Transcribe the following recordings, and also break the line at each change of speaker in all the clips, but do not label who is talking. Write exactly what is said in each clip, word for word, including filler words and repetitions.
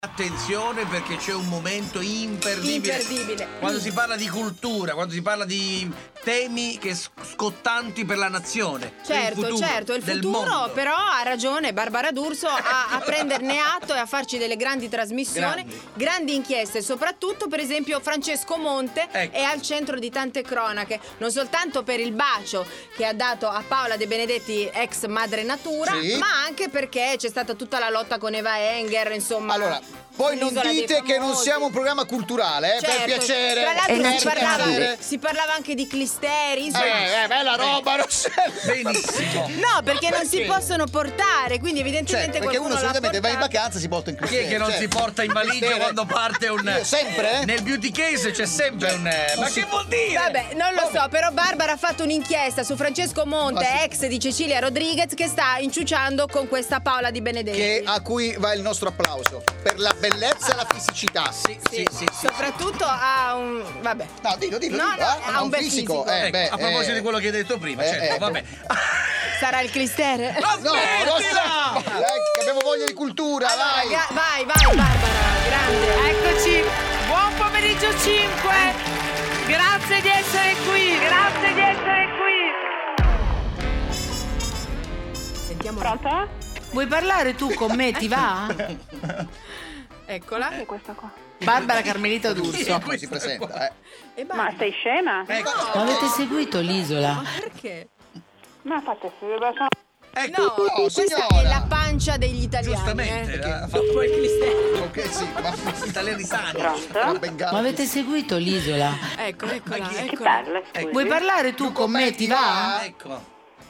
Attenzione perché c'è un momento imperdibile.
Imperdibile.
Quando si parla di cultura, quando si parla di temi che scottanti per la nazione.
Certo,
il
certo, il
del
futuro
mondo.
però ha ragione Barbara D'Urso a, a prenderne atto e a farci delle grandi trasmissioni,
Grandi,
grandi inchieste, soprattutto per esempio Francesco Monte
ecco.
è al centro di tante cronache, non soltanto per il bacio che ha dato a Paola De Benedetti, ex Madre Natura,
sì.
ma anche perché c'è stata tutta la lotta con Eva Enger, insomma.
Allora, poi non
l'isola dei
dite che non
famosi.
siamo un programma culturale, eh,
Certo,
per piacere.
tra l'altro
per
si parlava,
piacere.
si parlava anche di clisteri, insomma.
Eh, eh, bella roba, Rossella.
Benissimo.
No, perché non si
Perché?
possono portare, quindi evidentemente
Certo, perché
qualcuno
uno
l'ha
solitamente va in
portato.
vacanza e si porta in
Chi è
clisteri.
che non
certo.
si porta in valigia
Clisteri.
quando parte un...
Io sempre?
Nel beauty case c'è sempre un... Ma che vuol dire?
Vabbè, non lo so, però Barbara ha fatto un'inchiesta su Francesco Monte,
Ma sì.
ex di Cecilia Rodriguez, che sta inciuciando con questa Paola Di Benedetti.
Che a cui va il nostro applauso per la bellezza e la fisicità.
Sì, sì, sì, sì.
Soprattutto ha un... vabbè.
No, dillo, dillo,
No,
dillo,
no,
eh.
ha un bel
fisico.
fisico.
Eh,
Ecco,
beh,
a proposito
eh.
di quello che hai detto prima,
Eh,
certo,
eh.
vabbè.
Sarà il clistere?
No, Rossella! Eh, che abbiamo voglia di cultura,
Allora,
vai!
gra- vai, vai Barbara, grande.
Eccoci, buon pomeriggio cinque. Grazie di essere qui. Grazie di essere qui.
Sentiamo.
Pronto?
Vuoi parlare tu con me? Ti va?
Eccola.
Che è questa qua?
Barbara Carmelita D'Urso.
Come si presenta, eh?
E
Ma
basta.
sei scema?
Ecco,
Ma avete seguito l'isola?
Ma perché?
Ma fate sono...
ecco.
No,
Oh,
questa
signora.
è la pancia degli italiani.
Giustamente,
eh.
ha fatto poi il clistere.
Ok, sì, ma
Gli italiani sani.
Pronto?
bengala.
Ma avete seguito l'isola?
Ecco, eccola,
chi- chi
Chi
eccola.
parla? Scusi?
Vuoi parlare tu con me? Ti va?
Ecco.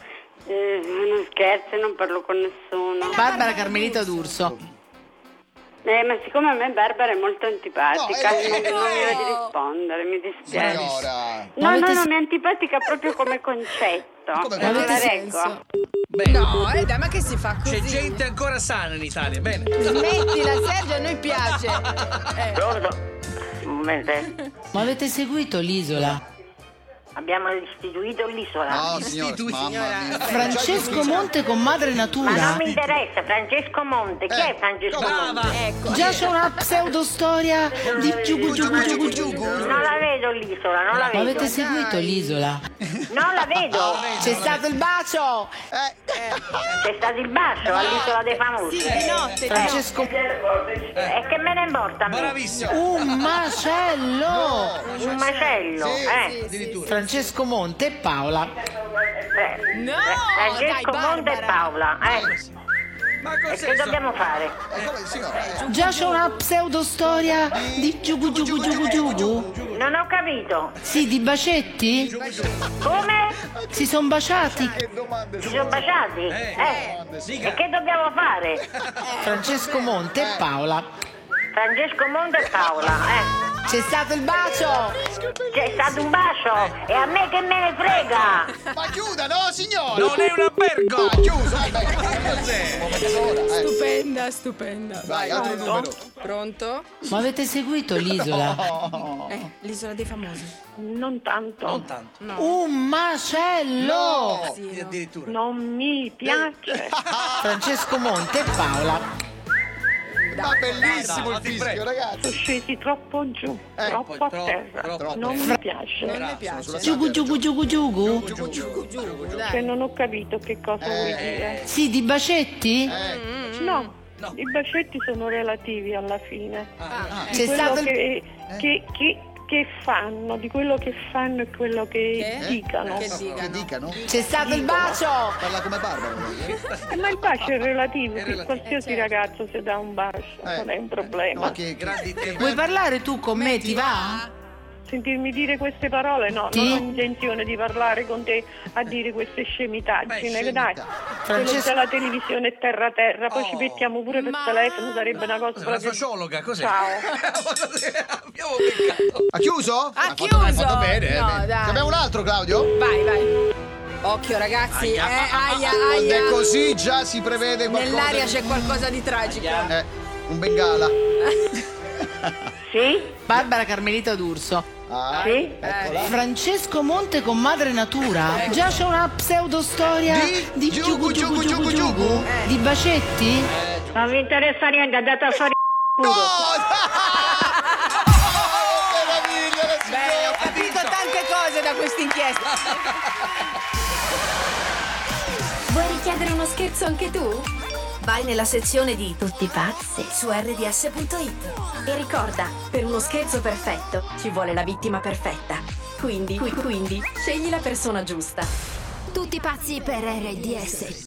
Eh, non scherzi, non parlo con nessuno.
Barbara Carmelita D'Urso.
Eh, ma siccome a me Barbara è molto antipatica,
No, eh,
non, non mi va di
no.
rispondere, mi dispiace.
Signora.
No,
avete
no, no,
se-
mi è antipatica proprio come concetto.
Come
non
avete
la
senso?
reggo.
Bene.
No, eh, dai, ma che si fa così?
C'è gente ancora sana in Italia, bene.
Smettila, Sergio, a noi piace. Eh.
Pronto? Un momento.
Ma avete seguito l'isola?
Abbiamo istituito l'isola.
No, signora,
Istituti,
mamma
signora.
mia.
Francesco Monte con Madre
Ma non
Natura?
mi interessa, Francesco Monte. Chi
Eh,
è Francesco
Brava.
Monte?
Ecco.
Già c'è una pseudostoria di giugu giugu giugu giugu.
Non la vedo l'isola, non la
Ma
vedo.
avete seguito l'isola?
Non la vedo.
C'è stato il bacio!
Eh,
C'è stato il bacio all'isola dei famosi.
Sì, di notte. di
Francesco,
E che me ne importa a me?
Bravissimo.
un macello!
Un macello,
Sì,
eh?
Addirittura.
Francesco Monte e Paola.
Eh,
No,
Francesco
dai,
Monte e
Barbara.
Paola, eh?
Ma
E
cos'è?
che dobbiamo fare?
eh, come, signora? eh.
Già c'è una pseudostoria di giugu giugu giugu giugu?
Non ho capito.
Sì, di bacetti?
Come?
Si sono baciati?
Che domande
Ci
sono?
sono baciati?
Eh,
Eh?
dica.
E che dobbiamo fare?
Francesco Monte e Paola.
Francesco Monte e Paola, eh?
C'è stato il bacio!
C'è stato un bacio e a me che me ne frega?
Ma chiuda, no, signora?
Non è un albergo!
Ah, chiuso, eh, beh,
Cos'è?
mezz'ora, eh.
Stupenda, stupenda.
Vai, altro numero.
Pronto?
Ma avete seguito l'isola?
Eh, l'isola dei famosi.
Non tanto.
Non tanto.
Un macello!
Sì, no.
Addirittura.
Non mi piace.
Francesco Monte e Paola.
Ma bellissimo
dai,
il
ti
fischio,
prego.
ragazzi.
Sono scesi troppo giù,
Eh,
troppo a
troppo,
terra.
troppo.
Non mi piace.
Non mi piace.
sulla
Giugu giugu giugu giugu?
Giù, giù, giù,
Cioè
dai.
non ho capito che cosa vuoi dire.
Sì, di bacetti?
Eh,
No,
No.
i bacetti sono relativi alla fine.
Ah,
C'è
Quello
stato il...
che, che, che, che fanno, di quello che fanno e quello che
Che?
dicano.
Che
che
dicano.
dicano?
C'è stato il bacio!
Parla come Barbara. lei, eh?
Ma il bacio è relativo, che
relativo.
qualsiasi
Eh, certo.
ragazzo si dà un bacio,
Eh.
non è un problema.
No, che,
Grandi temi.
Vuoi parlare tu con me? Ti va?
Sentirmi dire queste parole, no,
Sì?
non ho intenzione di parlare con te a dire queste scemitaggini,
Beh,
dai.
scemità.
Quello
Francesco-
della televisione è terra terra, poi
Oh.
ci mettiamo pure per
Ma-
telefono, sarebbe una cosa
Cos'è, una
proprio...
sociologa? Cos'è?
Ciao.
Abbiamo beccato.
Ha chiuso?
Ha
fatto-
chiuso?
Ha fatto bene, eh,
No,
bene.
dai.
Ne abbiamo un altro, Claudio?
Vai, vai. Occhio ragazzi,
Aia.
eh, aia,
Quando è
aia.
così già si prevede qualcosa.
Nell'aria
di-
c'è qualcosa di tragico.
Eh, un bengala.
Sì?
Barbara Carmelita D'Urso.
Ah,
Sì?
eccola.
Francesco Monte con Madre Natura? Già c'è una pseudostoria
Di
di giugu giugu giugu giugu? Di bacetti?
Non mi interessa niente, andate a fare sicuro.
No! Meraviglia, la
Beh, ho
signora!
capito tante cose da questa inchiesta.
Vuoi richiedere uno scherzo anche tu? Vai nella sezione di Tutti pazzi su erre di esse punto it e ricorda, per uno scherzo perfetto ci vuole la vittima perfetta. Quindi, qui- quindi, scegli la persona giusta.
Tutti pazzi per erre di esse.